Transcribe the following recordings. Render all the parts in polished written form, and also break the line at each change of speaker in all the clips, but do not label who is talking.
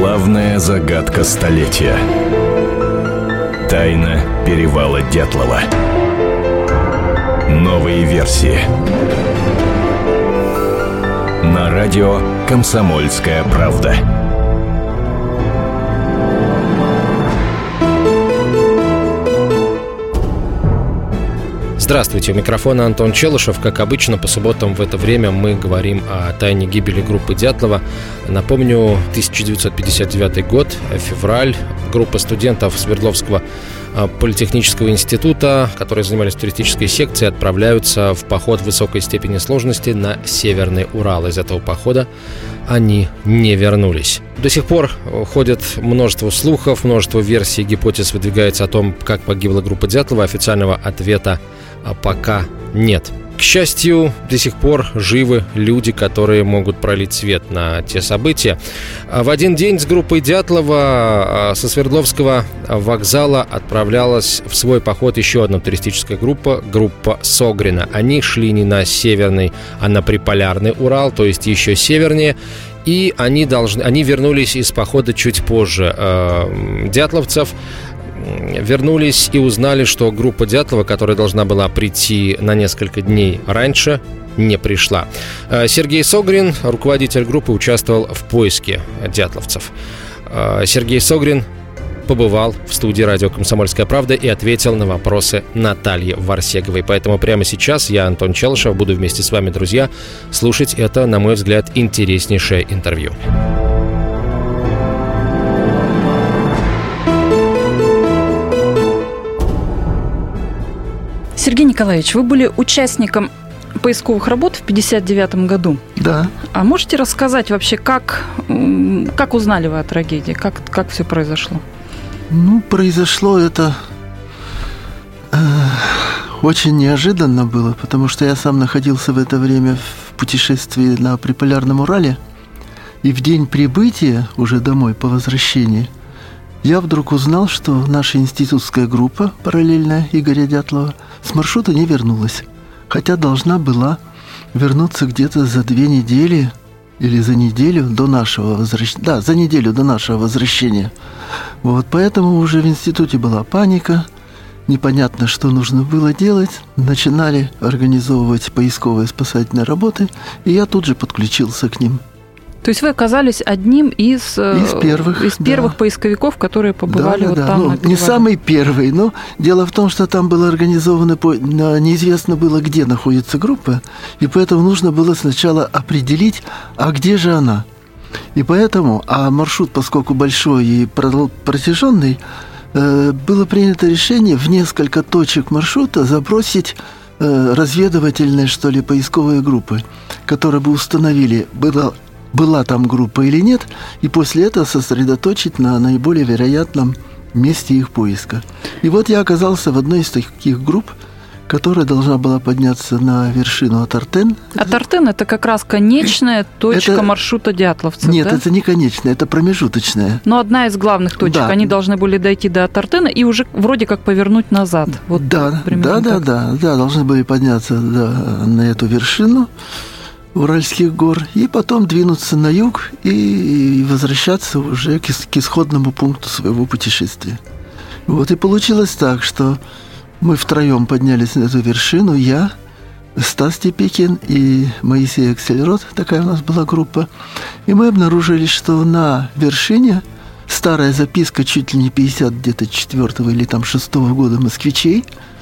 Главная загадка столетия. Тайна перевала Дятлова. Новые версии. На радио «Комсомольская правда».
Здравствуйте, у микрофона Антон Челышев. Как обычно, по субботам в это время мы говорим о тайне гибели группы Дятлова. Напомню, 1959 год, февраль. Группа студентов Свердловского политехнического института, которые занимались туристической секцией, отправляются в поход высокой степени сложности на Северный Урал. Из этого похода они не вернулись. До сих пор ходит множество слухов, множество версий, гипотез выдвигается о том, как погибла группа Дятлова. Официального ответа пока нет. К счастью, до сих пор живы люди, которые могут пролить свет на те события. В один день с группой Дятлова со Свердловского вокзала отправлялась в свой поход еще одна туристическая группа Согрина. Они шли не на Северный, а на Приполярный Урал, то есть еще севернее. И они вернулись из похода чуть позже. Дятловцев вернулись и узнали, что группа Дятлова, которая должна была прийти на несколько дней раньше, не пришла. Сергей Согрин, руководитель группы, участвовал в поиске дятловцев. Сергей Согрин побывал в студии радио «Комсомольская правда» и ответил на вопросы Натальи Варсеговой. Поэтому прямо сейчас я, Антон Челышев, буду вместе с вами, друзья, слушать это, на мой взгляд, интереснейшее интервью.
Сергей Николаевич, вы были участником поисковых работ в 1959 году.
Да.
А можете рассказать вообще, как узнали вы о трагедии? Как все произошло?
Произошло это очень неожиданно было, потому что я сам находился в это время в путешествии на Приполярном Урале, и в день прибытия уже домой по возвращении я вдруг узнал, что наша институтская группа, параллельная Игоря Дятлова, с маршрута не вернулась, хотя должна была вернуться где-то за 2 недели или за неделю до нашего возвращения. Да, за неделю до нашего возвращения. Поэтому уже в институте была паника, непонятно, что нужно было делать. Начинали организовывать поисковые спасательные работы, и я тут же подключился к ним.
То есть вы оказались одним из первых поисковиков, которые побывали там.
Не самый первый, но дело в том, что там было организовано, неизвестно было, где находится группа, и поэтому нужно было сначала определить, а где же она. И поэтому, маршрут, поскольку большой и протяженный, было принято решение в несколько точек маршрута забросить разведывательные, поисковые группы, которые бы установили, была там группа или нет, и после этого сосредоточить на наиболее вероятном месте их поиска. И я оказался в одной из таких групп, которая должна была подняться на вершину Атартен.
Атартен – это как раз конечная точка маршрута дятловцев,
Нет,
да?
это не конечная, это промежуточная.
Но одна из главных точек. Да. Они должны были дойти до Атартена и уже вроде как повернуть назад.
Да, должны были подняться на эту вершину Уральских гор, и потом двинуться на юг и возвращаться уже к исходному пункту своего путешествия. И получилось так, что мы втроем поднялись на эту вершину, я, Стас Тепикин и Моисей Аксельрод, такая у нас была группа, и мы обнаружили, что на вершине старая записка чуть ли не 54-го или 6-го года москвичей,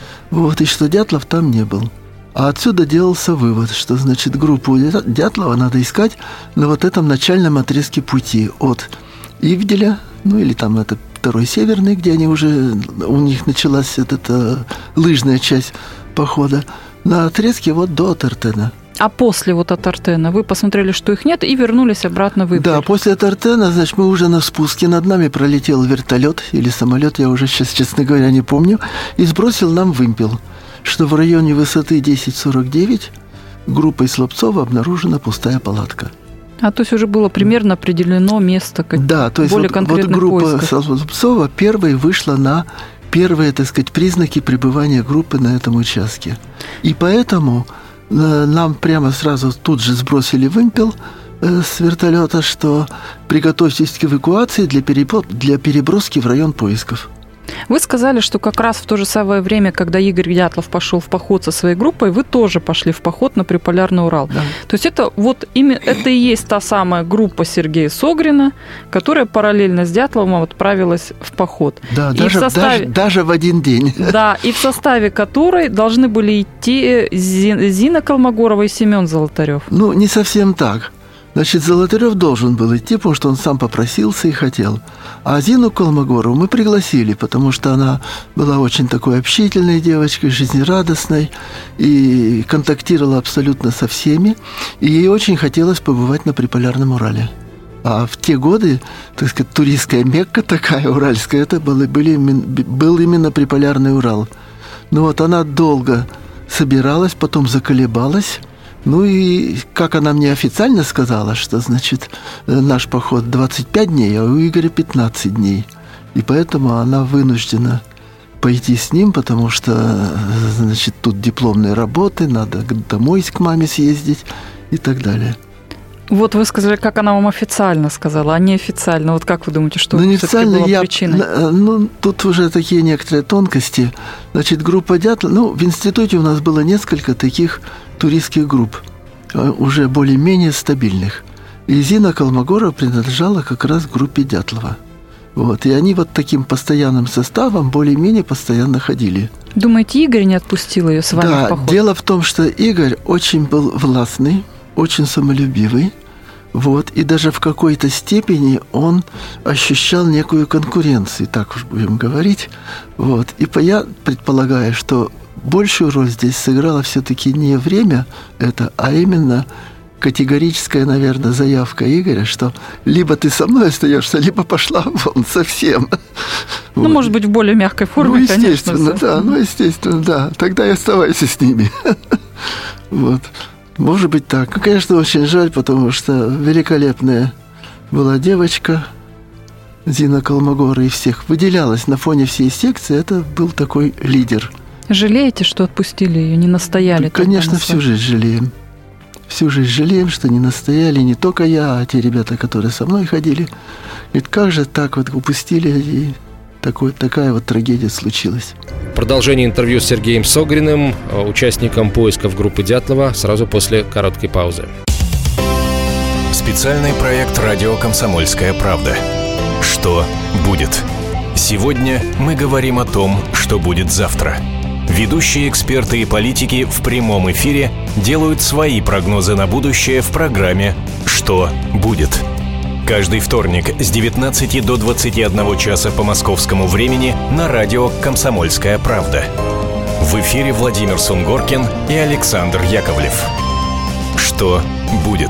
и что Дятлов там не был. А отсюда делался вывод, что, группу Дятлова надо искать на этом начальном отрезке пути от Ивделя, или это второй северный, где они уже, у них началась лыжная часть похода, на отрезке до Атартена.
А после Атартена вы посмотрели, что их нет, и вернулись обратно в Ивдель?
Да, после Атартена, мы уже на спуске, над нами пролетел вертолет или самолет, я уже сейчас, честно говоря, не помню, и сбросил нам вымпел, что в районе высоты 10,49 группой Слабцова обнаружена пустая палатка.
То есть уже было примерно определено место,
да, то есть
более конкретных
группа
поисков.
Слабцова первой вышла на первые, признаки пребывания группы на этом участке. И поэтому нам прямо сразу тут же сбросили вымпел, с вертолета, что приготовьтесь к эвакуации для переброски в район поисков.
Вы сказали, что как раз в то же самое время, когда Игорь Дятлов пошел в поход со своей группой, вы тоже пошли в поход на Приполярный Урал. Да. То есть это вот именно это и есть та самая группа Сергея Согрина, которая параллельно с Дятловым отправилась в поход.
Да, даже в один день.
Да, и в составе которой должны были идти Зина Колмогорова и Семен Золотарев.
Ну, не совсем так. Значит, Золотарев должен был идти, потому что он сам попросился и хотел. А Зину Колмогорову мы пригласили, потому что она была очень такой общительной девочкой, жизнерадостной и контактировала абсолютно со всеми. И ей очень хотелось побывать на Приполярном Урале. А в те годы, так сказать, туристская Мекка такая уральская, это был именно Приполярный Урал. Ну вот она долго собиралась, потом заколебалась. Ну и, как она мне официально сказала, что, значит, наш поход 25 дней, а у Игоря 15 дней. И поэтому она вынуждена пойти с ним, потому что, значит, тут дипломные работы, надо домой к маме съездить и так далее.
Вот вы сказали, как она вам официально сказала, а неофициально. Вот как вы думаете, что все-таки было причиной?
Ну, тут уже такие некоторые тонкости. Значит, группа Дятлова... в институте у нас было несколько таких туристских групп, уже более-менее стабильных. И Зина Колмогорова принадлежала как раз группе Дятлова. Вот, и они вот таким постоянным составом более-менее постоянно ходили.
Думаете, Игорь не отпустил ее с вами в поход?
Да, дело в том, что Игорь очень был властный, очень самолюбивый, вот, и даже в какой-то степени он ощущал некую конкуренцию, так уж будем говорить, вот, и я предполагаю, что большую роль здесь сыграло все-таки не время это, а именно категорическая, наверное, заявка Игоря, что либо ты со мной остаешься, либо пошла вон совсем.
Ну, вот. Может быть, в более мягкой форме, конечно.
Естественно, да. Тогда и оставайся с ними. Вот. Может быть так. Конечно, очень жаль, потому что великолепная была девочка Зина Колмогорова и всех выделялась на фоне всей секции. Это был такой лидер.
Жалеете, что отпустили ее, не настояли?
Конечно, всю жизнь жалеем. Всю жизнь жалеем, что не настояли не только я, а те ребята, которые со мной ходили. Ведь как же так вот упустили, и такая вот трагедия случилась.
Продолжение интервью с Сергеем Согриным, участником поисков группы Дятлова, сразу после короткой паузы.
Специальный проект «Радио Комсомольская правда». Что будет? Сегодня мы говорим о том, что будет завтра. Ведущие эксперты и политики в прямом эфире делают свои прогнозы на будущее в программе «Что будет?». Каждый вторник с 19 до 21 часа по московскому времени на радио «Комсомольская правда». В эфире Владимир Сунгоркин и Александр Яковлев. Что будет?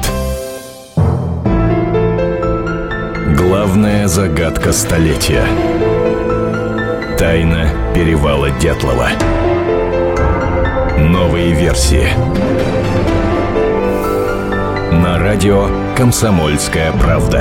Главная загадка столетия. Тайна перевала Дятлова. Новые версии. На радио «Комсомольская правда».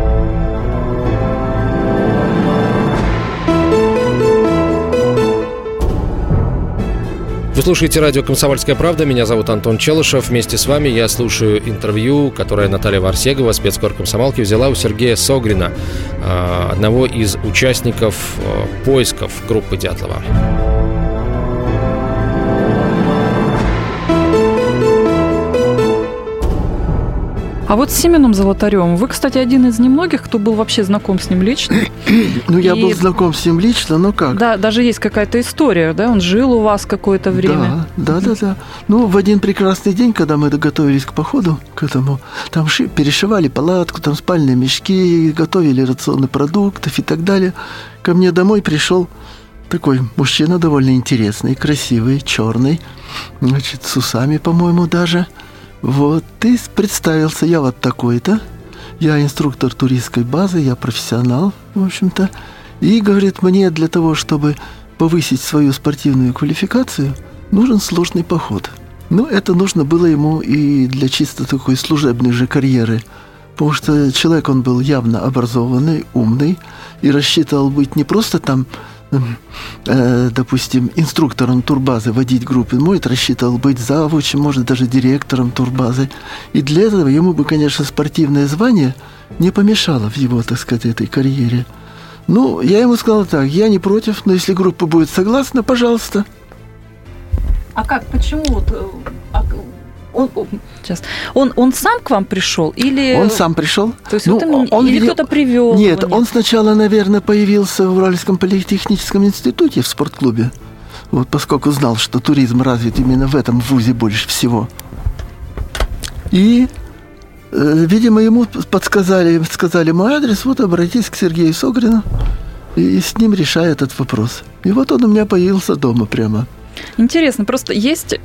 Вы слушаете радио «Комсомольская правда». Меня зовут Антон Челышев. Вместе с вами я слушаю интервью, которое Наталья Варсегова, спецкор комсомолки, взяла у Сергея Согрина, одного из участников поисков группы Дятлова.
А вот с Семеном Золотаревым вы, кстати, один из немногих, кто был вообще знаком с ним лично.
Ну, я был знаком с ним лично, но как?
Да, даже есть какая-то история, да? Он жил у вас какое-то время.
Да. Ну, в один прекрасный день, когда мы готовились к походу, к этому, там перешивали палатку, там спальные мешки, готовили рационы продуктов и так далее. Ко мне домой пришел такой мужчина довольно интересный, красивый, черный, значит, с усами, по-моему, даже. Вот, и представился, я вот такой-то, я инструктор туристской базы, я профессионал, в общем-то, и говорит, мне для того, чтобы повысить свою спортивную квалификацию, нужен сложный поход. Ну, это нужно было ему и для чисто такой служебной же карьеры, потому что человек, он был явно образованный, умный, и рассчитывал быть не просто там допустим, инструктором турбазы водить группы, может, рассчитывал быть завучем, может, даже директором турбазы. И для этого ему бы, конечно, спортивное звание не помешало в его, так сказать, этой карьере. Ну, я ему сказал так: я не против, но если группа будет согласна, пожалуйста.
А как, почему он сам к вам пришел или...
Он сам пришел.
То есть или кто-то привел?
Нет, он сначала, наверное, появился в Уральском политехническом институте в спортклубе. Вот, поскольку знал, что туризм развит именно в этом вузе больше всего. И, видимо, ему сказали мой адрес: вот обратись к Сергею Согрину, и с ним решай этот вопрос. И вот он у меня появился дома прямо.
Интересно, просто есть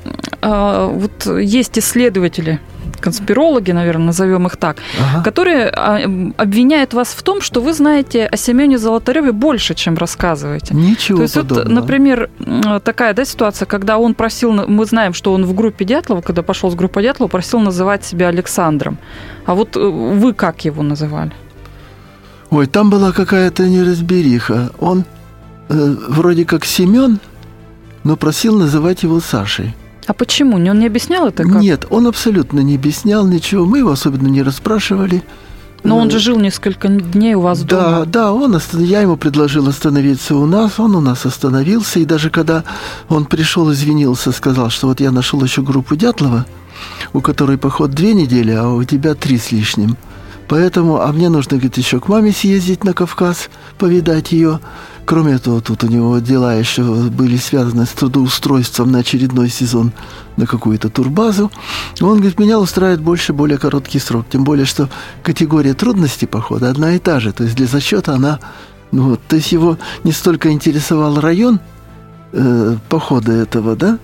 исследователи, конспирологи, наверное, назовем их так, которые обвиняют вас в том, что вы знаете о Семене Золотареве больше, чем рассказываете.
Ничего подобного.
То есть, вот, например, такая ситуация, когда он просил, мы знаем, что он в группе Дятлова, когда пошел с группой Дятлова, просил называть себя Александром. А вот вы как его называли?
Ой, там была какая-то неразбериха. Он вроде как Семен, но просил называть его Сашей.
А почему? Он не объяснял это как?
Нет, он абсолютно не объяснял ничего. Мы его особенно не расспрашивали.
Но он же жил несколько дней у вас дома.
Да, я ему предложил остановиться у нас, он у нас остановился. И даже когда он пришел, извинился, сказал, что вот я нашел еще группу Дятлова, у которой поход 2 недели, а у тебя 3 с лишним. Поэтому, мне нужно, говорит, еще к маме съездить на Кавказ, повидать ее. Кроме этого, тут у него дела еще были связаны с трудоустройством на очередной сезон на какую-то турбазу. Он говорит: меня устраивает больше более короткий срок. Тем более, что категория трудностей похода одна и та же. То есть для зачета она... то есть его не столько интересовал район похода этого, да,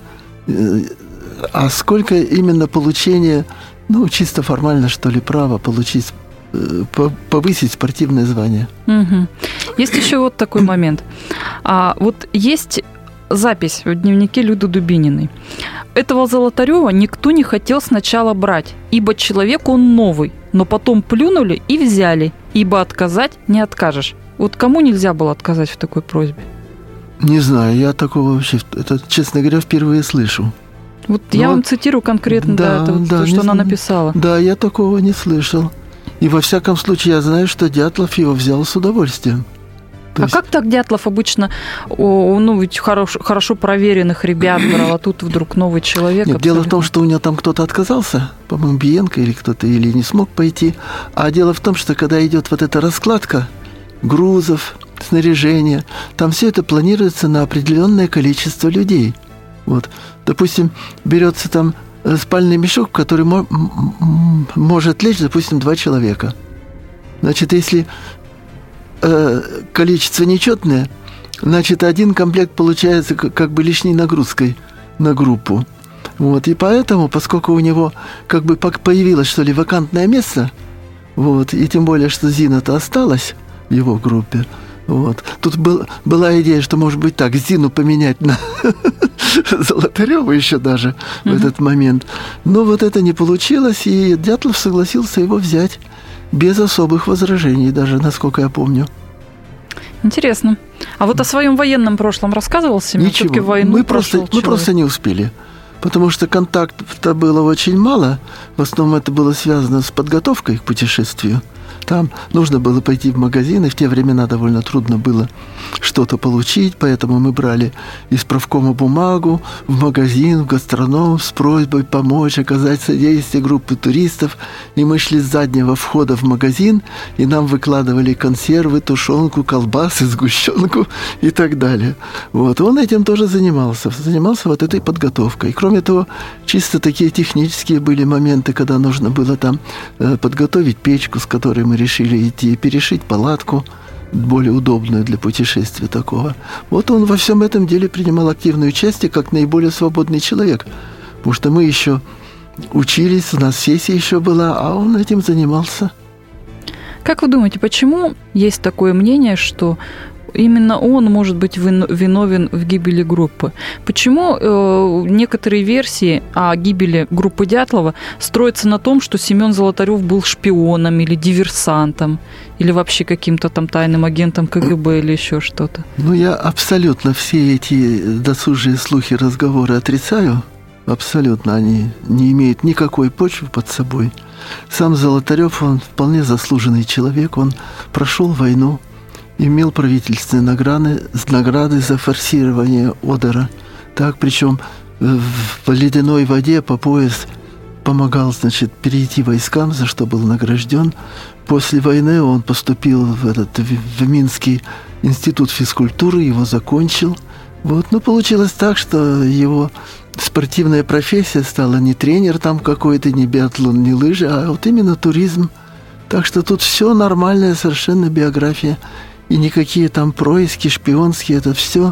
а сколько именно получение, чисто формально, что ли, права получить, повысить спортивное звание.
Угу. Есть еще вот такой момент. Вот есть запись в дневнике Люды Дубининой. Этого Золотарева никто не хотел сначала брать, ибо человек он новый, но потом плюнули и взяли, ибо отказать не откажешь. Вот кому нельзя было отказать в такой просьбе?
Не знаю, я такого вообще, это, честно говоря, впервые слышу.
Вот я вам цитирую конкретно, то, что она написала.
Да, я такого не слышал. И во всяком случае я знаю, что Дятлов его взял с удовольствием.
Как так Дятлов обычно, ведь хорошо проверенных ребят брал, а тут вдруг новый человек?
Нет, дело в том, что у него там кто-то отказался, по-моему, Биенко или кто-то, или не смог пойти. А дело в том, что когда идет вот эта раскладка грузов, снаряжения, там все это планируется на определенное количество людей. Вот, допустим, берется там спальный мешок, в который может лечь, допустим, 2 человека. Значит, если количество нечетное, значит, 1 комплект получается как бы лишней нагрузкой на группу. Вот, и поэтому, поскольку у него как бы появилось, что ли, вакантное место, вот, и тем более, что Зина-то осталась в его группе, вот. Тут была идея, что, может быть, так, Зину поменять на Золотарева еще даже в этот момент. Но вот это не получилось, и Дятлов согласился его взять без особых возражений, даже, насколько я помню.
Интересно. А вот о своем военном прошлом рассказывал Семен?
Ничего. Мы просто не успели. Потому что контакта было очень мало. В основном это было связано с подготовкой к путешествию. Там нужно было пойти в магазин, и в те времена довольно трудно было что-то получить, поэтому мы брали из правкома бумагу в магазин, в гастроном с просьбой помочь, оказать содействие группе туристов. И мы шли с заднего входа в магазин, и нам выкладывали консервы, тушенку, колбасы, сгущенку и так далее. Вот. Он этим тоже занимался вот этой подготовкой. Кроме того, чисто такие технические были моменты, когда нужно было там подготовить печку, с которой мы решили идти, перешить палатку, более удобную для путешествия такого. Вот он во всем этом деле принимал активное участие, как наиболее свободный человек. Потому что мы еще учились, у нас сессия еще была, а он этим занимался.
Как вы думаете, почему есть такое мнение, что именно он может быть виновен в гибели группы. Почему некоторые версии о гибели группы Дятлова строятся на том, что Семен Золотарев был шпионом или диверсантом, или вообще каким-то там тайным агентом КГБ или еще что-то?
Я абсолютно все эти досужие слухи, разговоры отрицаю. Абсолютно они не имеют никакой почвы под собой. Сам Золотарев, он вполне заслуженный человек, он прошел войну, имел правительственные награды за форсирование Одера. Так, причем в ледяной воде по пояс помогал, перейти войскам, за что был награжден. После войны он поступил в Минский институт физкультуры, его закончил. Получилось так, что его спортивная профессия стала не тренер там какой-то, не биатлон, не лыжи, а именно туризм. Так что тут все нормальная совершенно биография. И никакие там происки шпионские, это все,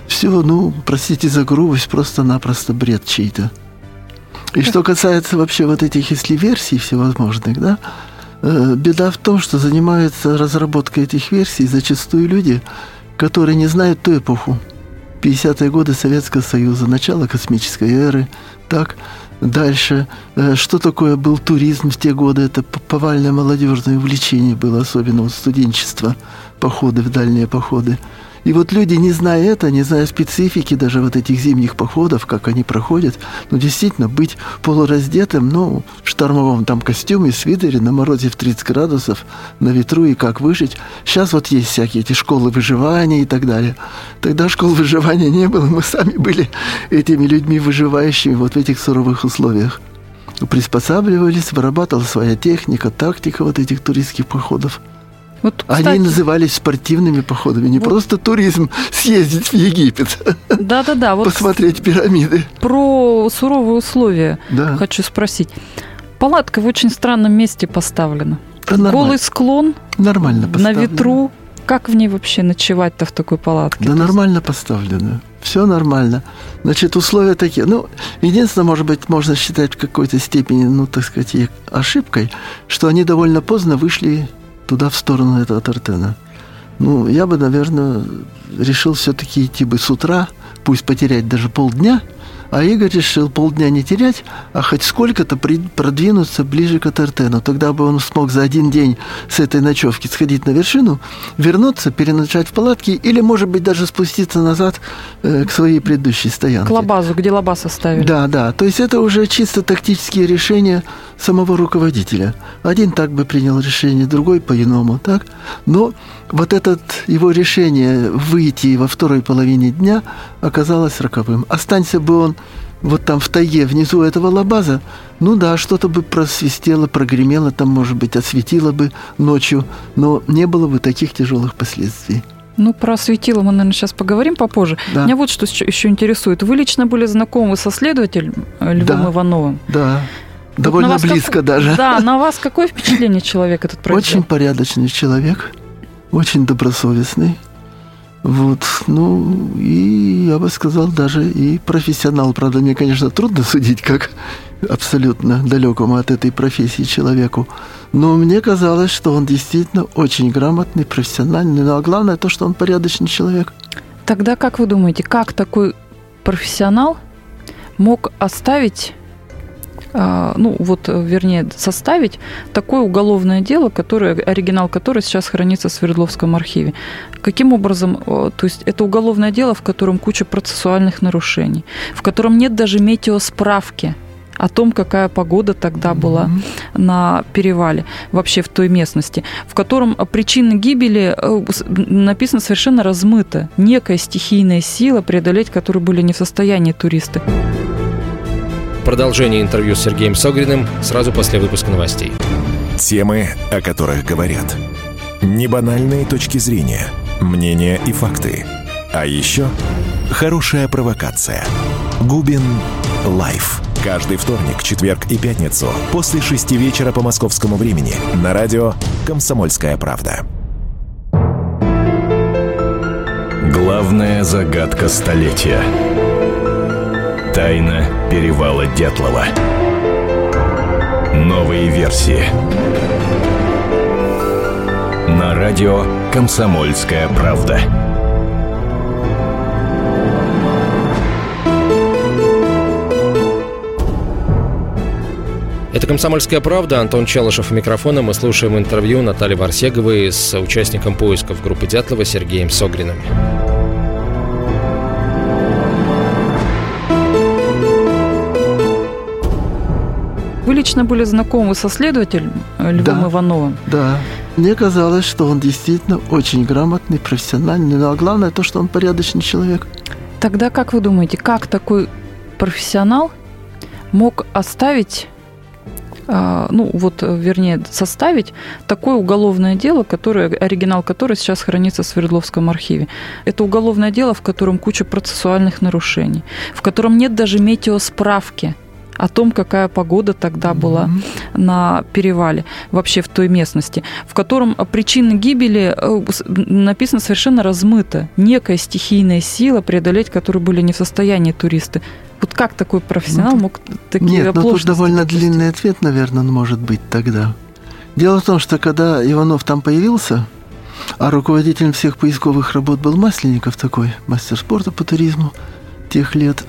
простите за грубость, просто-напросто бред чей-то. И что касается вообще этих, если версий всевозможных, да, беда в том, что занимаются разработкой этих версий зачастую люди, которые не знают ту эпоху. 50-е годы Советского Союза, начало космической эры, так, дальше, что такое был туризм в те годы, это повальное молодежное увлечение было, особенно студенчество, походы, в дальние походы. И люди, не зная это, не зная специфики даже этих зимних походов, как они проходят, действительно, быть полураздетым, в штормовом там костюме, свитере, на морозе в 30 градусов, на ветру, и как выжить. Сейчас есть всякие эти школы выживания и так далее. Тогда школ выживания не было, мы сами были этими людьми, выживающими в этих суровых условиях. Приспосабливались, вырабатывала своя техника, тактика этих туристских походов.
Кстати,
они назывались спортивными походами, не просто туризм, съездить в Египет,
да.
посмотреть пирамиды.
Про суровые условия хочу спросить. Палатка в очень странном месте поставлена. Голый склон,
нормально
на ветру. Как в ней вообще ночевать-то в такой палатке?
Да нормально поставлено. Все нормально. Условия такие. Единственное, может быть, можно считать в какой-то степени, ошибкой, что они довольно поздно вышли туда, в сторону этого Тартена. Я бы, наверное, решил все-таки идти бы с утра, пусть потерять даже полдня, а Игорь решил полдня не терять, а хоть сколько-то продвинуться ближе к Тартену. Тогда бы он смог за один день с этой ночевки сходить на вершину, вернуться, переночевать в палатке или, может быть, даже спуститься назад к своей предыдущей стоянке.
К Лабазу, где Лабаз оставили.
Да. То есть это уже чисто тактические решения самого руководителя. Один так бы принял решение, другой по-иному, так? Но это его решение выйти во второй половине дня оказалось роковым. Останься бы он там в тайге внизу этого Лабаза, что-то бы просвистело, прогремело, там, может быть, осветило бы ночью, но не было бы таких тяжелых последствий.
Про светило мы, наверное, сейчас поговорим попозже.
Да.
Меня что еще интересует. Вы лично были знакомы со следователем Львом Ивановым?
Да. Довольно близко даже.
Да, на вас какое впечатление человек этот произвел?
Очень порядочный человек, очень добросовестный. И я бы сказал, даже и профессионал. Правда, мне, конечно, трудно судить, как абсолютно далекому от этой профессии человеку. Но мне казалось, что он действительно очень грамотный, профессиональный. А главное то, что он порядочный человек.
Тогда как вы думаете, как такой профессионал мог оставить... составить такое уголовное дело, оригинал которого сейчас хранится в Свердловском архиве. Каким образом? То есть это уголовное дело, в котором куча процессуальных нарушений, в котором нет даже метеосправки о том, какая погода тогда была на перевале, вообще в той местности, в котором причины гибели написано совершенно размыто. Некая стихийная сила, преодолеть которую были не в состоянии туристы.
Продолжение интервью с Сергеем Согриным сразу после выпуска новостей.
Темы, о которых говорят. Небанальные точки зрения, мнения и факты. А еще хорошая провокация. Губин Лайф. Каждый вторник, четверг и пятницу после 6 вечера по московскому времени на радио «Комсомольская правда». Главная загадка столетия. Тайна перевала Дятлова. Новые версии. На радио «Комсомольская правда».
Это «Комсомольская правда». Антон Челышев у микрофона. Мы слушаем интервью Натальи Варсеговой с участником поисков группы Дятлова Сергеем Согриным.
Вы лично были знакомы со следователем Львом Ивановым?
Да. Мне казалось, что он действительно очень грамотный, профессиональный, но главное то, что он порядочный человек.
Тогда как вы думаете, как такой профессионал мог оставить, составить такое уголовное дело, оригинал которое сейчас хранится в Свердловском архиве? Это уголовное дело, в котором куча процессуальных нарушений, в котором нет даже метеосправки о том, какая погода тогда была на перевале, вообще в той местности, в котором причины гибели написано совершенно размыто. Некая стихийная сила, преодолеть которую были не в состоянии туристы. Вот как такой профессионал мог такие оплошности? Нет,
тут довольно длинный ответ, наверное, может быть тогда. Дело в том, что когда Иванов там появился, а руководителем всех поисковых работ был Масленников такой, мастер спорта по туризму тех лет,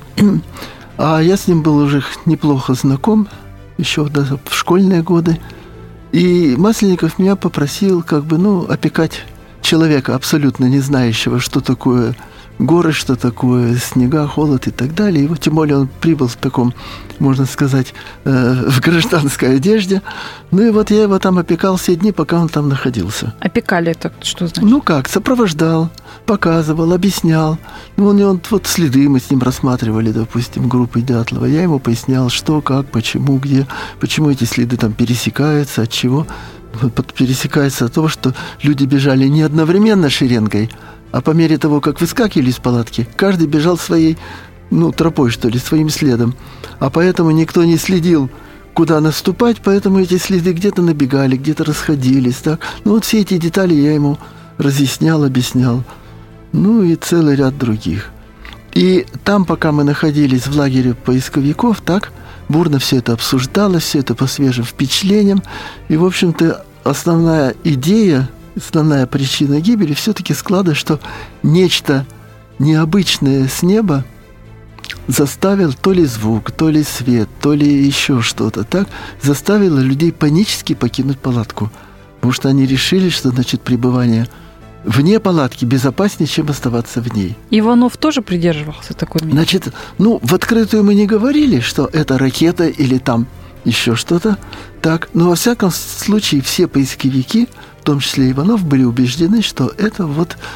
а я с ним был уже неплохо знаком, еще даже в школьные годы. И Масленников меня попросил опекать человека, абсолютно не знающего, что такое горы, что такое снега, холод и так далее. И тем более он прибыл в таком, можно сказать, в гражданской одежде. Ну и вот я его там опекал все дни, пока он там находился.
Опекали это что значит?
Сопровождал, показывал, объяснял. Он следы мы с ним рассматривали, допустим, группы Дятлова. Я ему пояснял, что, как, почему, где, почему эти следы там пересекаются, от чего. Пересекается от того, что люди бежали не одновременно шеренгой, а по мере того, как выскакивали из палатки, каждый бежал своей, тропой, что ли, своим следом. А поэтому никто не следил, куда наступать, поэтому эти следы где-то набегали, где-то расходились. Так? Все эти детали я ему разъяснял, объяснял. И целый ряд других. И там, пока мы находились в лагере поисковиков, так, бурно все это обсуждалось, все это по свежим впечатлениям. И, в общем-то, основная идея, основная причина гибели все-таки складывается, что нечто необычное с неба заставил то ли звук, то ли свет, то ли еще что-то, так, заставило людей панически покинуть палатку. Потому что они решили, что, пребывание вне палатки безопаснее, чем оставаться в ней.
Иванов тоже придерживался такой мнения?
В открытую мы не говорили, что это ракета или там еще что-то. Так, но во всяком случае все поисковики, в том числе Иванов, были убеждены, что это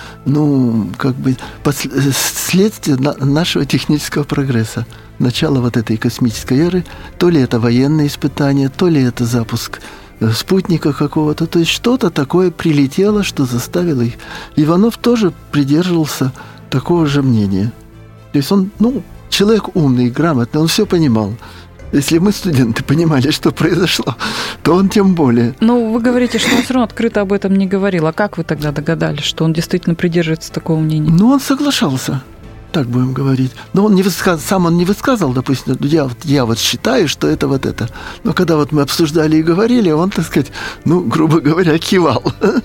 следствие нашего технического прогресса. Начало этой космической эры. То ли это военные испытания, то ли это запуск спутника какого-то. То есть что-то такое прилетело, что заставило их. Иванов тоже придерживался такого же мнения. То есть он, человек умный, грамотный, он все понимал. Если мы, студенты, понимали, что произошло, то он тем более.
Вы говорите, что он все равно открыто об этом не говорил. А как вы тогда догадались, что он действительно придерживается такого мнения?
Он соглашался, так будем говорить. Но он не высказал, допустим, я считаю, что это это. Но когда мы обсуждали и говорили, он, так сказать, грубо говоря, кивал.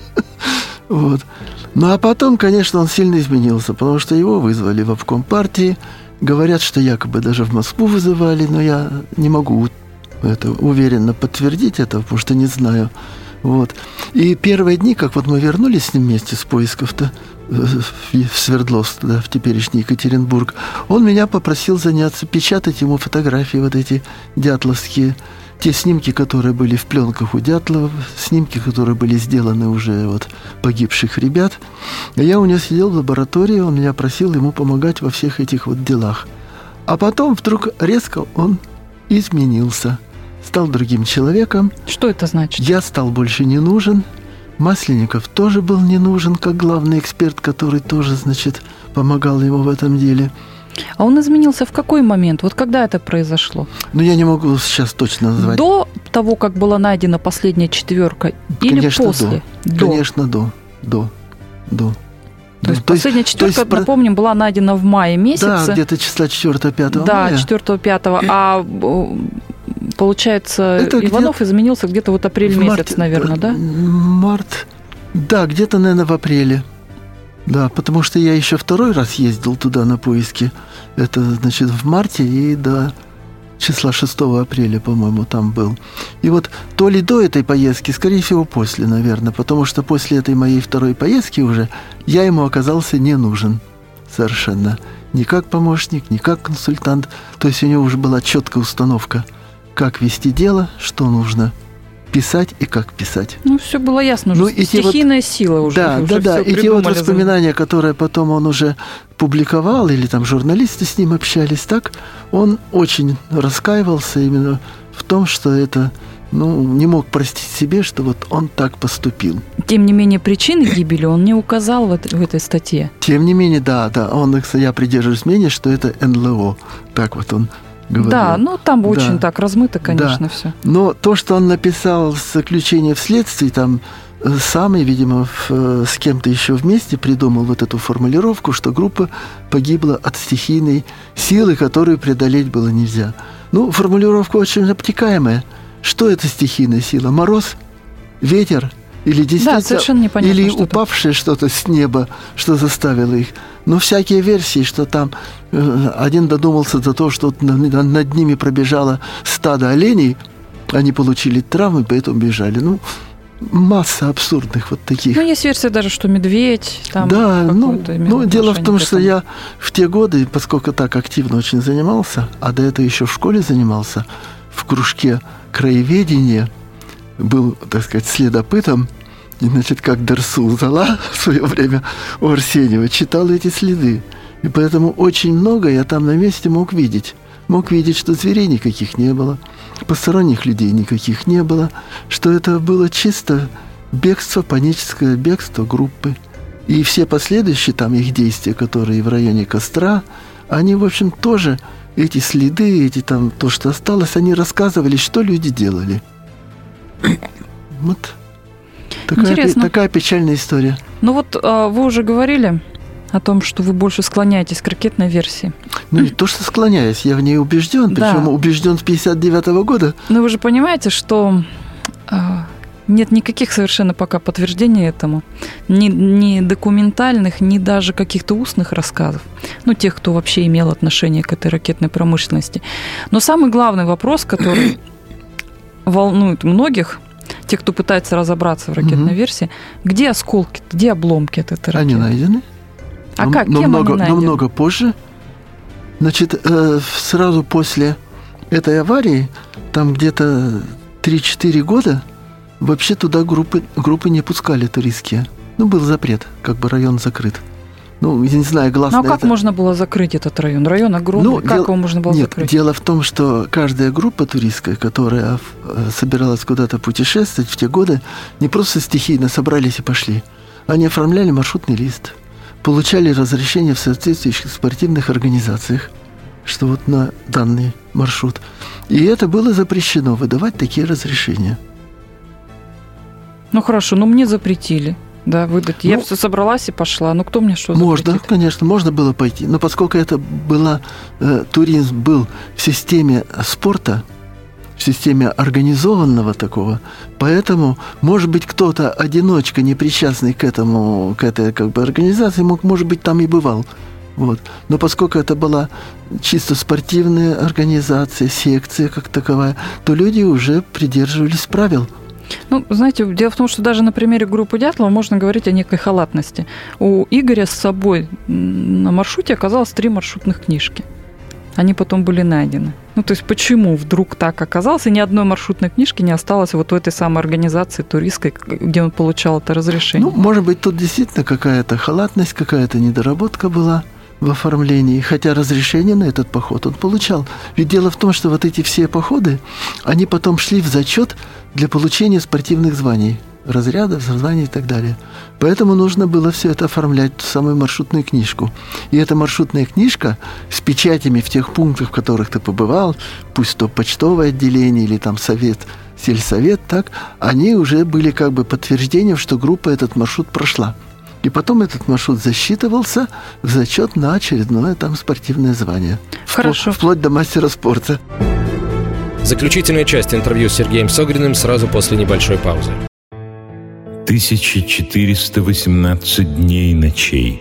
А потом, конечно, он сильно изменился, потому что его вызвали в обком партии. Говорят, что якобы даже в Москву вызывали, но я не могу уверенно подтвердить это, потому что не знаю. И первые дни, как мы вернулись с ним вместе с поисков-то в Свердловск, в теперешний Екатеринбург, он меня попросил заняться, печатать ему фотографии эти дятловские, те снимки, которые были в пленках у Дятлова, снимки, которые были сделаны уже погибших ребят. Я у него сидел в лаборатории, он меня просил ему помогать во всех этих делах. А потом вдруг резко он изменился, стал другим человеком.
Что это значит?
Я стал больше не нужен. Масленников тоже был не нужен, как главный эксперт, который тоже, помогал ему в этом деле.
А он изменился в какой момент? Когда это произошло?
Я не могу сейчас точно назвать.
До того, как была найдена последняя четверка, или
конечно,
после?
Конечно, до.
То есть последняя четверка, напомним, была найдена в мае месяце.
Да, где-то числа 4-5 мая.
Да, 4-5. А получается, Иванов изменился где-то апрель месяц, наверное, да?
Март. Да, где-то, наверное, в апреле. Да, потому что я еще второй раз ездил туда на поиски. Это, в марте, и числа 6 апреля, по-моему, там был. И вот то ли до этой поездки, скорее всего, после, наверное, потому что после этой моей второй поездки уже я ему оказался не нужен совершенно. Ни как помощник, ни как консультант. То есть у него уже была четкая установка, как вести дело, что нужно писать и как писать.
Ну, все было ясно уже. Стихийная сила уже.
Да. И те вот воспоминания, которые потом он уже публиковал, или там журналисты с ним общались, так, он очень раскаивался именно в том, что это, не мог простить себе, что вот он так поступил.
Тем не менее, причины гибели он не указал в этой статье.
Тем не менее, да. Я придерживаюсь мнения, что это НЛО. Так вот он говорил.
Да, там очень так размыто, конечно, все.
Но то, что он написал в заключении в следствии, там сам, видимо, с кем-то еще вместе придумал вот эту формулировку, что группа погибла от стихийной силы, которую преодолеть было нельзя. Формулировка очень обтекаемая. Что это стихийная сила? Мороз? Ветер? Или действительно,
совершенно непонятно,
или упавшее что-то с неба, что заставило их. Всякие версии, что там один додумался до того, что над ними пробежало стадо оленей, они получили травмы, поэтому бежали. Масса абсурдных вот таких.
Есть версия даже, что медведь там.
Да, дело в том, что я в те годы, поскольку так активно очень занимался, а до этого еще в школе занимался, в кружке краеведения, был, так сказать, следопытом, и, как Дерсу Зала в свое время у Арсеньева читал эти следы. И поэтому очень много я там на месте мог видеть. Мог видеть, что зверей никаких не было, посторонних людей никаких не было, что это было чисто бегство, паническое бегство группы. И все последующие там их действия, которые в районе костра, они, в общем, тоже эти следы, то, что осталось, они рассказывали, что люди делали. Вот такая печальная история.
Вы уже говорили о том, что вы больше склоняетесь к ракетной версии.
Не то, что склоняюсь, я в ней убежден, причем убежден с 59-го года.
Но вы же понимаете, что нет никаких совершенно пока подтверждений этому. Ни документальных, ни даже каких-то устных рассказов. Тех, кто вообще имел отношение к этой ракетной промышленности. Но самый главный вопрос, который волнует многих, тех, кто пытается разобраться в ракетной версии, где осколки, где обломки от этой ракеты?
Они найдены.
А как? Кем они найдены?
Намного позже. Сразу после этой аварии, там где-то 3-4 года, вообще туда группы не пускали туристские. Был запрет, район закрыт. Я не знаю, гласно.
Как можно было закрыть этот район? Район огромный, как его можно было закрыть?
Дело в том, что каждая группа туристская, которая собиралась куда-то путешествовать в те годы, не просто стихийно собрались и пошли. Они оформляли маршрутный лист, получали разрешение в соответствующих спортивных организациях, что на данный маршрут. И это было запрещено, выдавать такие разрешения.
Хорошо, мне запретили. Да, выдать. Я все собралась и пошла. Кто мне что запретит?
Можно, конечно, можно было пойти. Но поскольку это туризм был в системе спорта, в системе организованного такого, поэтому, может быть, кто-то одиночка, не причастный к этой организации, может быть, там и бывал. Но поскольку это была чисто спортивная организация, секция как таковая, то люди уже придерживались правил.
Знаете, дело в том, что даже на примере группы Дятлова можно говорить о некой халатности. У Игоря с собой на маршруте оказалось 3 маршрутных книжки. Они потом были найдены. То есть почему вдруг так оказалось, и ни одной маршрутной книжки не осталось в этой самой организации туристской, где он получал это разрешение?
Может быть, тут действительно какая-то халатность, какая-то недоработка была в оформлении, хотя разрешение на этот поход он получал. Ведь дело в том, что эти все походы, они потом шли в зачет для получения спортивных званий, разрядов, званий и так далее. Поэтому нужно было все это оформлять в самую маршрутную книжку. И эта маршрутная книжка с печатями в тех пунктах, в которых ты побывал, пусть то почтовое отделение или там совет, сельсовет, они уже были подтверждением, что группа этот маршрут прошла. И потом этот маршрут засчитывался в зачет на очередное спортивное звание.
Хорошо.
Вплоть до мастера спорта.
Заключительная часть интервью с Сергеем Согриным сразу после небольшой паузы.
1418 дней и ночей.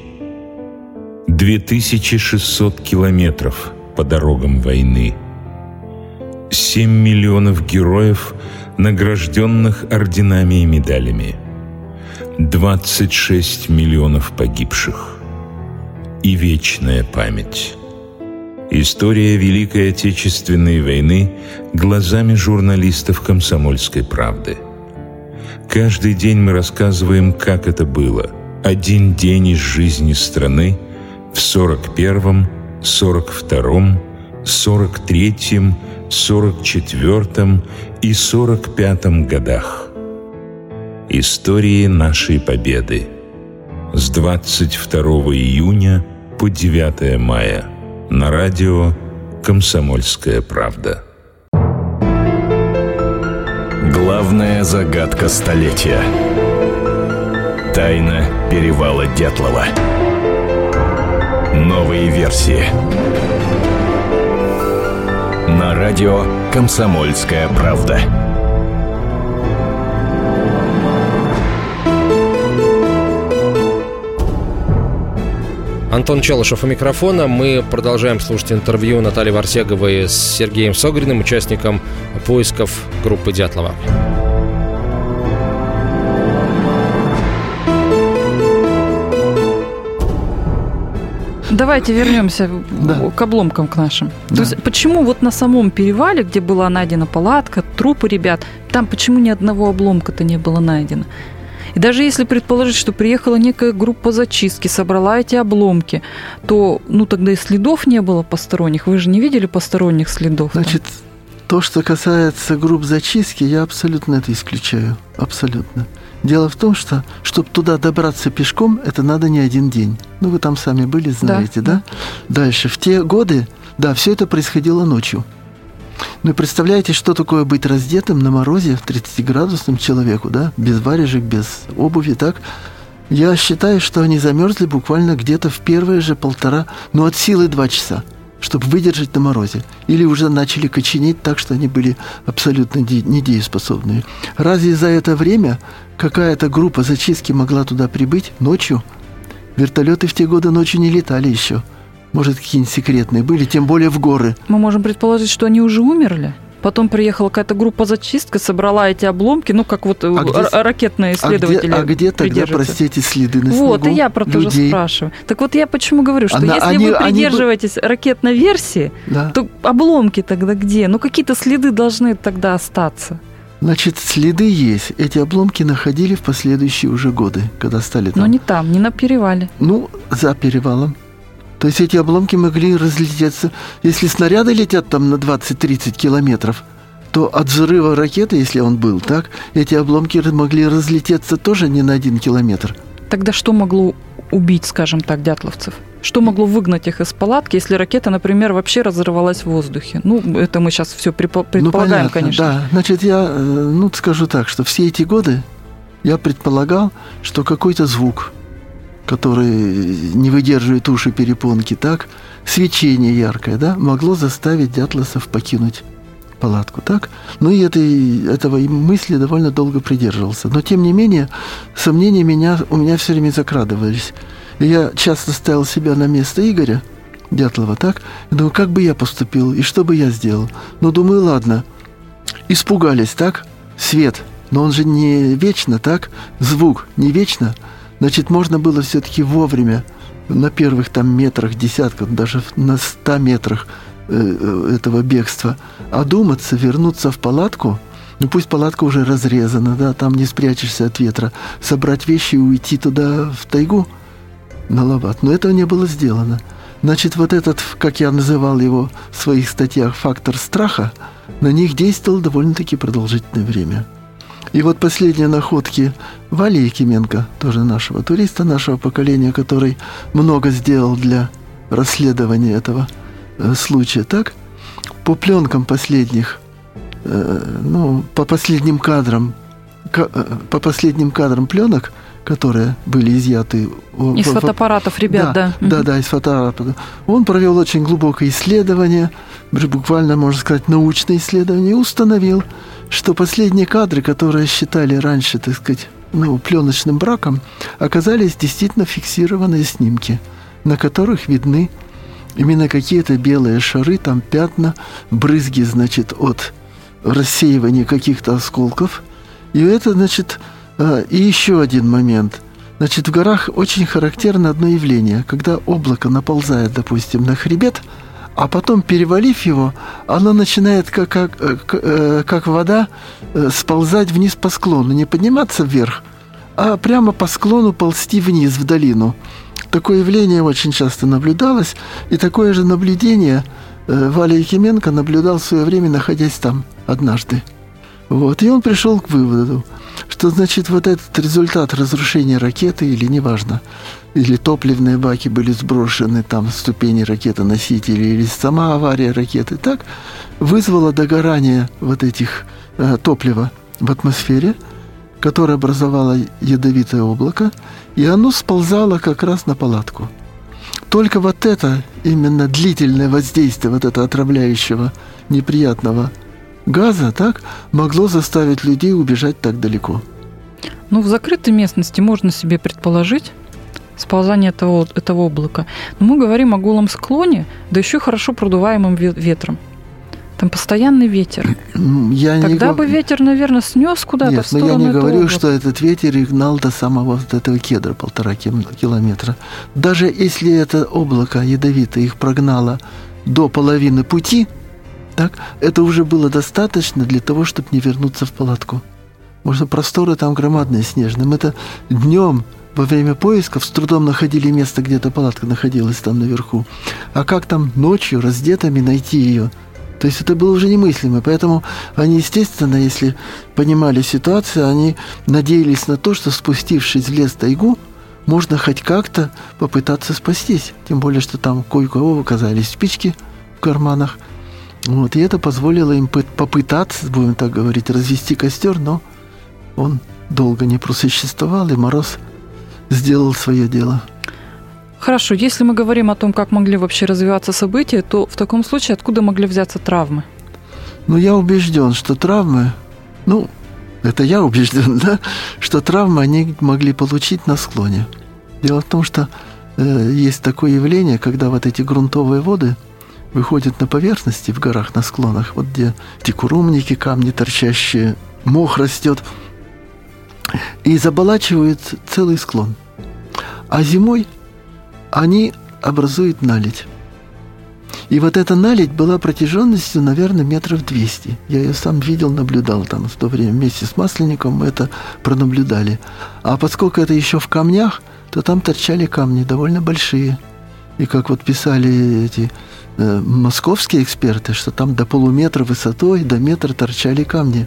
2600 километров по дорогам войны. 7 миллионов героев, награжденных орденами и медалями, 26 миллионов погибших и вечная память. История Великой Отечественной войны глазами журналистов «Комсомольской правды». Каждый день мы рассказываем, как это было. Один день из жизни страны в 41-м, 42-м, 43-м, 44-м и 45-м годах. Истории нашей победы с 22 июня по 9 мая на радио «Комсомольская правда».
Главная загадка столетия. Тайна перевала Дятлова. Новые версии. На радио «Комсомольская правда».
Антон Челышев у микрофона. Мы продолжаем слушать интервью Натальи Варсеговой с Сергеем Согриным, участником поисков группы Дятлова.
Давайте вернемся к обломкам к нашим. Да. То есть почему вот на самом перевале, где была найдена палатка, трупы ребят, там почему ни одного обломка-то не было найдено? И даже если предположить, что приехала некая группа зачистки, собрала эти обломки, то тогда и следов не было посторонних. Вы же не видели посторонних следов?
Значит, то, что касается групп зачистки, я абсолютно это исключаю. Абсолютно. Дело в том, что, чтобы туда добраться пешком, это надо не один день. Вы там сами были, знаете, да? Дальше. В те годы, все это происходило ночью. Ну, представляете, что такое быть раздетым на морозе в 30-градусном человеку, без варежек, без обуви, так? Я считаю, что они замерзли буквально где-то в первые же от силы 2 часа, чтобы выдержать на морозе. Или уже начали коченеть так, что они были абсолютно недееспособные. Разве за это время какая-то группа зачистки могла туда прибыть ночью? Вертолеты в те годы ночью не летали еще. Может, какие-нибудь секретные были, тем более в горы.
Мы можем предположить, что они уже умерли? Потом приехала какая-то группа зачистка, собрала эти обломки, как ракетные исследователи.
А где тогда, простите, следы на снегу?
Вот, и я про то же спрашиваю. Так вот я почему говорю, что если вы придерживаетесь ракетной версии, то обломки тогда где? Какие-то следы должны тогда остаться.
Значит, следы есть. Эти обломки находили в последующие уже годы, когда стали там.
Но не там, не на перевале.
За перевалом. То есть эти обломки могли разлететься. Если снаряды летят там на 20-30 километров, то от взрыва ракеты, если он был, эти обломки могли разлететься тоже не на 1 километр.
Тогда что могло убить, скажем так, дятловцев? Что могло выгнать их из палатки, если ракета, например, вообще разорвалась в воздухе? Это мы сейчас все предполагаем,
понятно,
конечно.
Да, значит, я скажу так, что все эти годы я предполагал, что какой-то звук, который не выдерживает уши перепонки, свечение яркое, могло заставить дятловцев покинуть палатку, и этого мысли довольно долго придерживался. Но, тем не менее, сомнения у меня все время закрадывались. И я часто ставил себя на место Игоря Дятлова, и думаю, как бы я поступил, и что бы я сделал. Думаю, ладно, испугались, свет, но он же не вечно, звук не вечно. Значит, можно было все-таки вовремя, на первых метрах, десятках, даже на 100 метрах этого бегства, одуматься, вернуться в палатку. Пусть палатка уже разрезана, там не спрячешься от ветра, собрать вещи и уйти туда, в тайгу, на Лават. Но этого не было сделано. Значит, вот этот, как я называл его в своих статьях, фактор страха, на них действовал довольно-таки продолжительное время. И вот последние находки Вали Якименко, тоже нашего туриста, нашего поколения, который много сделал для расследования этого случая, по пленкам последних, по последним кадрам пленок, которые были изъяты
из фотоаппаратов ребят,
Да, из фотоаппаратов. Он провел очень глубокое исследование, буквально, можно сказать, научное исследование, и установил, что последние кадры, которые считали раньше, пленочным браком, оказались действительно фиксированные снимки, на которых видны именно какие-то белые шары, там пятна, брызги, значит, от рассеивания каких-то осколков. И это, значит, и еще один момент. Значит, в горах очень характерно одно явление. Когда облако наползает, допустим, на хребет, а потом, перевалив его, оно начинает, как вода, сползать вниз по склону. Не подниматься вверх, а прямо по склону ползти вниз, в долину. Такое явление очень часто наблюдалось. И такое же наблюдение Валя Якименко наблюдал в свое время, находясь там однажды. Вот. И он пришел к выводу, что, значит, вот этот результат разрушения ракеты, или неважно, или топливные баки были сброшены, там, ступени ракетоносителей, или сама авария ракеты, так, вызвало догорание вот этих топлива в атмосфере, которое образовало ядовитое облако, и оно сползало как раз на палатку. Только вот это, именно длительное воздействие вот этого отравляющего, неприятного газа, так, могло заставить людей убежать так далеко.
Ну, в закрытой местности можно себе предположить сползание этого облака. Но мы говорим о голом склоне, да еще хорошо продуваемым ветром. Там постоянный ветер. Тогда бы ветер, наверное, снес куда-то в сторону этого
облака. Нет, но я не говорю,
облака.
что этот ветер и гнал до самого вот этого кедра 1,5 километра. Даже если это облако ядовитое их прогнало до половины пути, так, это уже было достаточно для того, чтобы не вернуться в палатку. Может, просторы там громадные, снежные. Мы-то днем во время поисков с трудом находили место, где эта палатка находилась там наверху. А как там ночью раздетыми найти ее? То есть это было уже немыслимо. Поэтому они, естественно, если понимали ситуацию, они надеялись на то, что, спустившись в лес-тайгу, можно хоть как-то попытаться спастись. Тем более, что там кое-у-кого оказались спички в карманах. Вот, и это позволило им попытаться, будем так говорить, развести костер, но он долго не просуществовал, и мороз сделал свое дело.
Хорошо, если мы говорим о том, как могли вообще развиваться события, то в таком случае откуда могли взяться травмы?
Ну, я убежден, что травмы, это я убежден, да, что травмы они могли получить на склоне. Дело в том, что есть такое явление, когда вот эти грунтовые воды выходят на поверхности в горах, на склонах, вот где эти курумники, камни торчащие, мох растет, и заболачивают целый склон. А зимой они образуют наледь. И вот эта наледь была протяженностью, наверное, 200 метров. Я ее сам видел, наблюдал там в то время вместе с Масленником, мы это пронаблюдали. А поскольку это еще в камнях, то там торчали камни довольно большие. И как вот писали эти московские эксперты, что там до полуметра высотой, до метра торчали камни.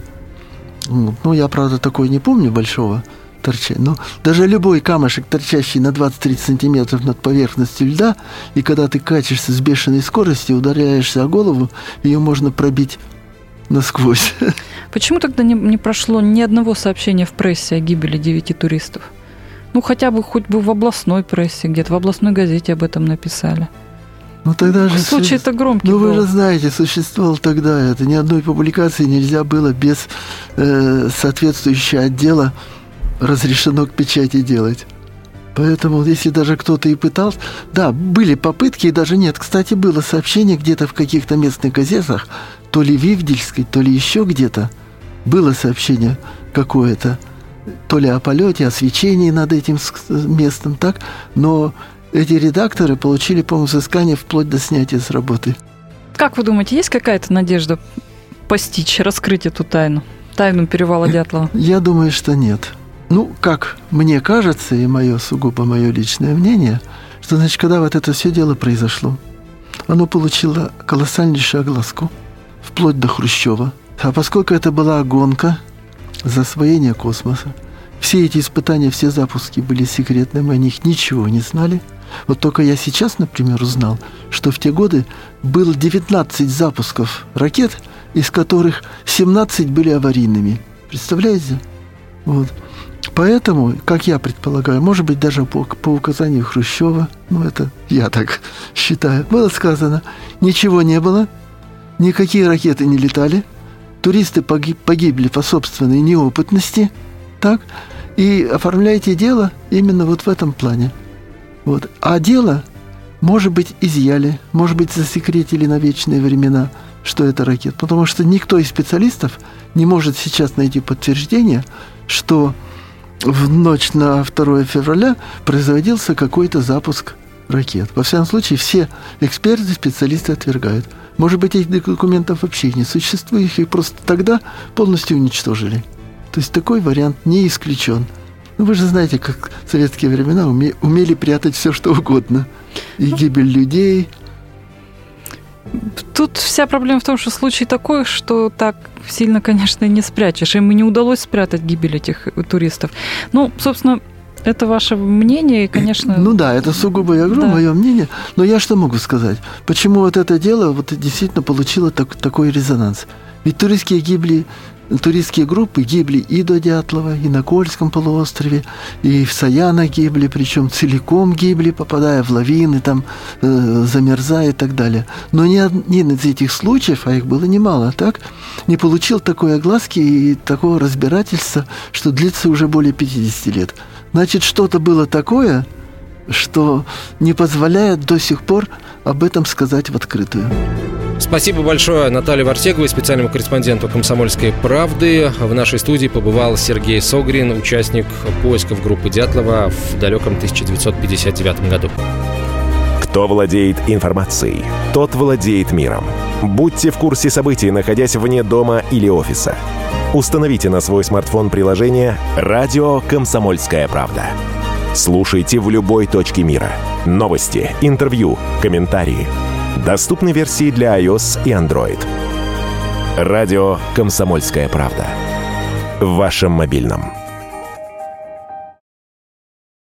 Ну, я, правда, такой не помню большого торчания. Но даже любой камушек, торчащий на 20-30 сантиметров над поверхностью льда, и когда ты катишься с бешеной скоростью, ударяешься о голову, ее можно пробить насквозь.
Почему тогда не прошло ни одного сообщения в прессе о гибели 9 туристов? Ну, хотя бы хоть бы в областной прессе, где-то в областной газете об этом написали.
Ну, тогда же...
Случай-то громкий был.
Вы же знаете, существовал тогда это. Ни одной публикации нельзя было без соответствующего отдела разрешено к печати делать. Поэтому, если даже кто-то и пытался... Да, были попытки, и даже нет. Кстати, было сообщение где-то в каких-то местных газетах, то ли в Ивдельской, то ли еще где-то, было сообщение какое-то, то ли о полете, о свечении над этим местом, так, но эти редакторы получили, по-моему, взыскание вплоть до снятия с работы.
Как вы думаете, есть какая-то надежда постичь, раскрыть эту тайну перевала Дятлова?
Я думаю, что нет. Ну, как мне кажется, и сугубо мое личное мнение, что, значит, когда вот это все дело произошло, оно получило колоссальнейшую огласку, вплоть до Хрущева. А поскольку это была гонка за освоение космоса, все эти испытания, все запуски были секретны, мы о них ничего не знали. Вот только я сейчас, например, узнал, что в те годы было 19 запусков ракет, из которых 17 были аварийными. Представляете? Вот. Поэтому, как я предполагаю, может быть, даже по указанию Хрущева, это я так считаю, было сказано, ничего не было, никакие ракеты не летали, туристы погибли по собственной неопытности, так, и оформляйте дело именно вот в этом плане. Вот. А дело может быть, изъяли, может быть, засекретили на вечные времена, что это ракета. Потому что никто из специалистов не может сейчас найти подтверждение, что в ночь на 2 февраля производился какой-то запуск ракет. Во всяком случае, все эксперты, специалисты отвергают. Может быть, этих документов вообще не существует, их просто тогда полностью уничтожили. То есть такой вариант не исключен. Ну, вы же знаете, как в советские времена умели прятать все, что угодно. И гибель людей.
Тут вся проблема в том, что случай такой, что так сильно, конечно, не спрячешь. Им не удалось спрятать гибель этих туристов. Ну, собственно, это ваше мнение, и, конечно...
Ну да, это сугубо, я говорю, мое мнение. Но я что могу сказать? Почему вот это дело действительно получило такой резонанс? Ведь туристские группы гибли и до Дятлова, и на Кольском полуострове, и в Саянах гибли, причем целиком гибли, попадая в лавины, там, замерзая и так далее. Но ни один из этих случаев, а их было немало, так, не получил такой огласки и такого разбирательства, что длится уже более 50 лет. Значит, что-то было такое, что не позволяет до сих пор об этом сказать в открытую.
Спасибо большое Наталье Варсеговой, специальному корреспонденту «Комсомольской правды». В нашей студии побывал Сергей Согрин, участник поисков группы Дятлова в далеком 1959 году.
Кто владеет информацией, тот владеет миром. Будьте в курсе событий, находясь вне дома или офиса. Установите на свой смартфон приложение «Радио Комсомольская правда». Слушайте в любой точке мира. Новости, интервью, комментарии. Доступны версии для iOS и Android. Радио «Комсомольская правда». В вашем мобильном.